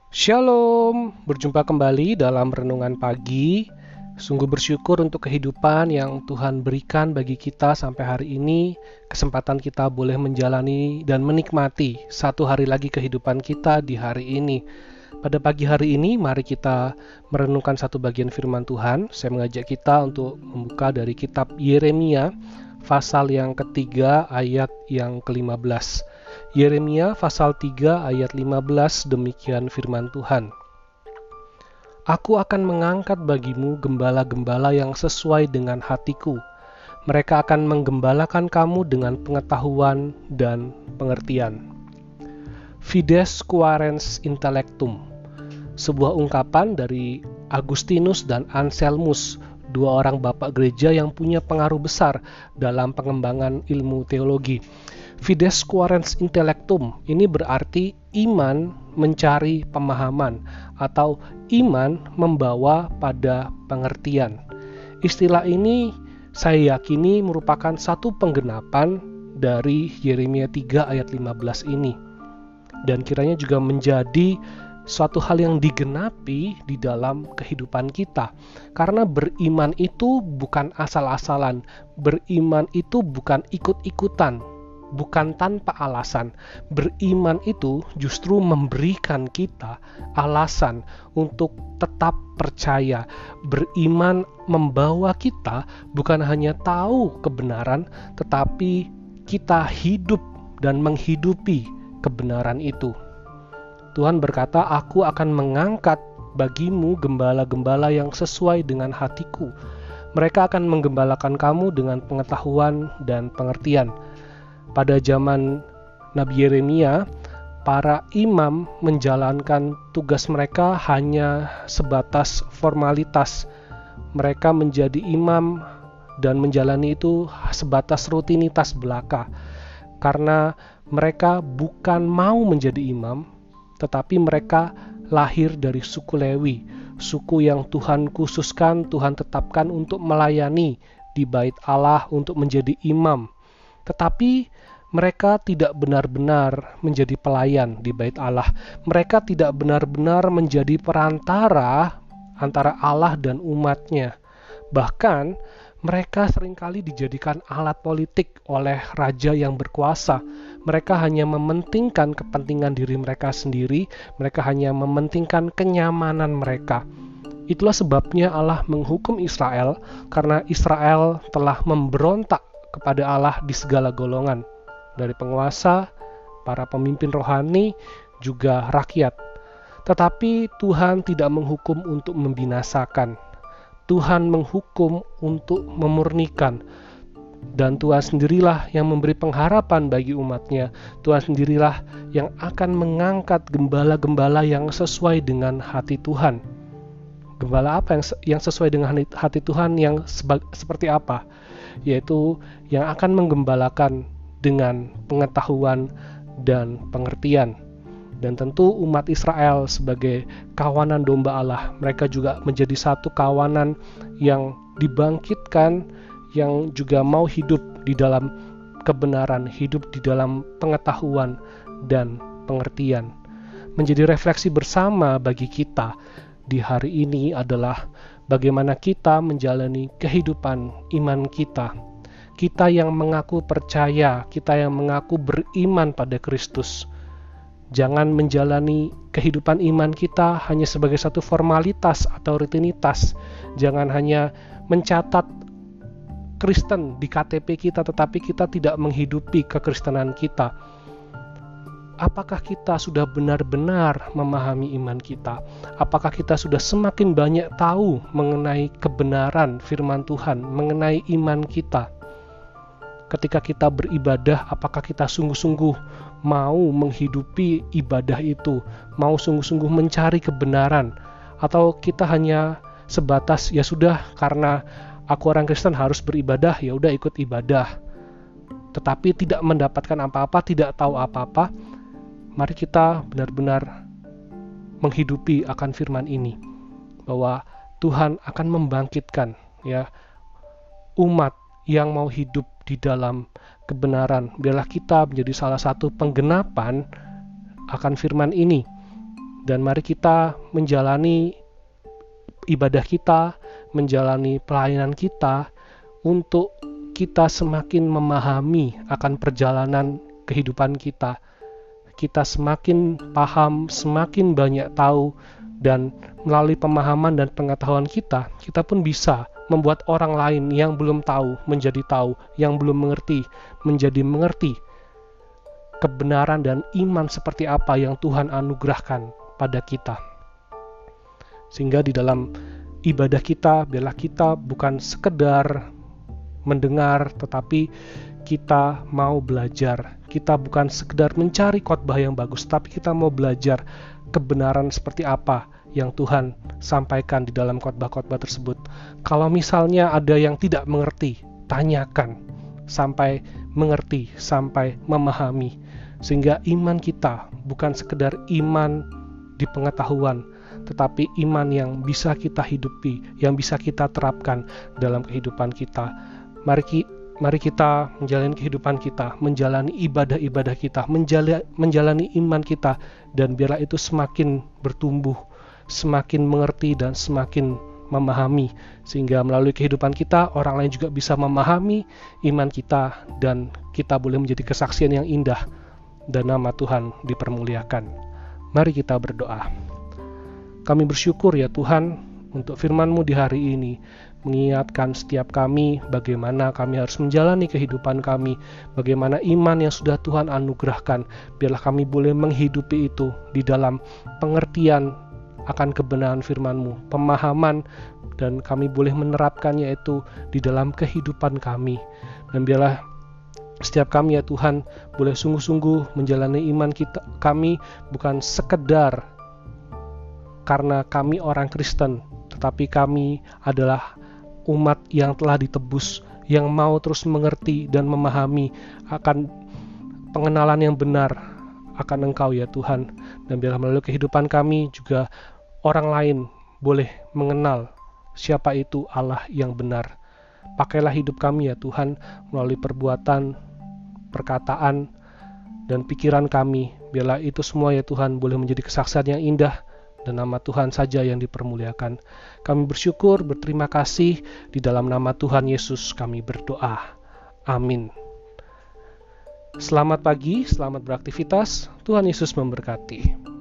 Shalom, berjumpa kembali dalam renungan pagi. Sungguh bersyukur untuk kehidupan yang Tuhan berikan bagi kita sampai hari ini. Kesempatan kita boleh menjalani dan menikmati satu hari lagi kehidupan kita di hari ini. Pada pagi hari ini, mari kita merenungkan satu bagian firman Tuhan. Saya mengajak kita untuk membuka dari kitab Yeremia, pasal yang ketiga ayat yang ke-15. Yeremia pasal 3 ayat 15, demikian firman Tuhan. Aku akan mengangkat bagimu gembala-gembala yang sesuai dengan hatiku. Mereka akan menggembalakan kamu dengan pengetahuan dan pengertian. Fides quaerens intellectum, sebuah ungkapan dari Agustinus dan Anselmus, dua orang bapak gereja yang punya pengaruh besar dalam pengembangan ilmu teologi. Fides quaerens intellectum ini berarti iman mencari pemahaman atau iman membawa pada pengertian. Istilah ini saya yakini merupakan satu penggenapan dari Yeremia 3 ayat 15 ini. Dan kiranya juga menjadi suatu hal yang digenapi di dalam kehidupan kita. Karena beriman itu bukan asal-asalan, beriman itu bukan ikut-ikutan, bukan tanpa alasan. Beriman itu justru memberikan kita alasan untuk tetap percaya. Beriman membawa kita bukan hanya tahu kebenaran, tetapi kita hidup dan menghidupi kebenaran itu. Tuhan berkata, aku akan mengangkat bagimu gembala-gembala yang sesuai dengan hatiku. Mereka akan menggembalakan kamu dengan pengetahuan dan pengertian. Pada zaman Nabi Yeremia, para imam menjalankan tugas mereka hanya sebatas formalitas. Mereka menjadi imam dan menjalani itu sebatas rutinitas belaka. Karena mereka bukan mau menjadi imam, tetapi mereka lahir dari suku Lewi, suku yang Tuhan khususkan, Tuhan tetapkan untuk melayani di bait Allah untuk menjadi imam. Tetapi mereka tidak benar-benar menjadi pelayan di bait Allah. Mereka tidak benar-benar menjadi perantara antara Allah dan umatnya. Bahkan mereka seringkali dijadikan alat politik oleh raja yang berkuasa. Mereka hanya mementingkan kepentingan diri mereka sendiri. Mereka hanya mementingkan kenyamanan mereka. Itulah sebabnya Allah menghukum Israel, karena Israel telah memberontak kepada Allah di segala golongan, dari penguasa, para pemimpin rohani, juga rakyat. Tetapi Tuhan tidak menghukum untuk membinasakan. Tuhan menghukum untuk memurnikan. Dan Tuhan sendirilah yang memberi pengharapan bagi umatnya. Tuhan sendirilah yang akan mengangkat gembala-gembala yang sesuai dengan hati Tuhan. Gembala apa yang sesuai dengan hati Tuhan, yang seperti apa? Yaitu yang akan menggembalakan dengan pengetahuan dan pengertian. Dan tentu umat Israel sebagai kawanan domba Allah, mereka juga menjadi satu kawanan yang dibangkitkan, yang juga mau hidup di dalam kebenaran, hidup di dalam pengetahuan dan pengertian. Menjadi refleksi bersama bagi kita di hari ini adalah bagaimana kita menjalani kehidupan iman kita. Kita yang mengaku percaya, kita yang mengaku beriman pada Kristus. Jangan menjalani kehidupan iman kita hanya sebagai satu formalitas atau rutinitas. Jangan hanya mencatat Kristen di KTP kita, tetapi kita tidak menghidupi kekristenan kita. Apakah kita sudah benar-benar memahami iman kita? Apakah kita sudah semakin banyak tahu mengenai kebenaran firman Tuhan, mengenai iman kita? Ketika kita beribadah, apakah kita sungguh-sungguh mau menghidupi ibadah itu, mau sungguh-sungguh mencari kebenaran, atau kita hanya sebatas ya sudah, karena aku orang Kristen harus beribadah, ya udah ikut ibadah, tetapi tidak mendapatkan apa-apa, tidak tahu apa-apa. Mari kita benar-benar menghidupi akan firman ini, bahwa Tuhan akan membangkitkan ya umat yang mau hidup di dalam kebenaran. Biarlah kita menjadi salah satu penggenapan akan firman ini Dan mari kita menjalani ibadah kita, menjalani pelayanan kita untuk kita semakin memahami akan perjalanan kehidupan kita. Kita semakin paham, semakin banyak tahu, dan melalui pemahaman dan pengetahuan kita pun bisa membuat orang lain yang belum tahu menjadi tahu, yang belum mengerti menjadi mengerti kebenaran dan iman seperti apa yang Tuhan anugerahkan pada kita. Sehingga di dalam ibadah kita, biarlah kita bukan sekedar mendengar, tetapi kita mau belajar. Kita bukan sekedar mencari khotbah yang bagus, tapi kita mau belajar kebenaran seperti apa yang Tuhan sampaikan di dalam khotbah-khotbah tersebut. Kalau misalnya ada yang tidak mengerti, tanyakan sampai mengerti, sampai memahami. Sehingga iman kita bukan sekedar iman di pengetahuan, tetapi iman yang bisa kita hidupi, yang bisa kita terapkan dalam kehidupan kita. Mari kita menjalani kehidupan kita, menjalani ibadah-ibadah kita, menjalani iman kita, dan biarlah itu semakin bertumbuh, semakin mengerti dan semakin memahami, sehingga melalui kehidupan kita orang lain juga bisa memahami iman kita, dan kita boleh menjadi kesaksian yang indah dan nama Tuhan dipermuliakan. Mari kita berdoa. Kami bersyukur ya Tuhan untuk firman-Mu di hari ini, mengingatkan setiap kami bagaimana kami harus menjalani kehidupan kami, bagaimana iman yang sudah Tuhan anugerahkan. Biarlah kami boleh menghidupi itu di dalam pengertian akan kebenaran firman-Mu, pemahaman, dan kami boleh menerapkannya itu di dalam kehidupan kami. Dan biarlah setiap kami ya Tuhan boleh sungguh-sungguh menjalani iman kami bukan sekedar karena kami orang Kristen, tetapi kami adalah umat yang telah ditebus, yang mau terus mengerti dan memahami akan pengenalan yang benar akan Engkau ya Tuhan. Dan biarlah melalui kehidupan kami juga orang lain boleh mengenal siapa itu Allah yang benar. Pakailah hidup kami ya Tuhan melalui perbuatan, perkataan, dan pikiran kami. Biarlah itu semua ya Tuhan boleh menjadi kesaksian yang indah, dan nama Tuhan saja yang dipermuliakan. Kami bersyukur, berterima kasih, di dalam nama Tuhan Yesus kami berdoa. Amin. Selamat pagi, selamat beraktivitas. Tuhan Yesus memberkati.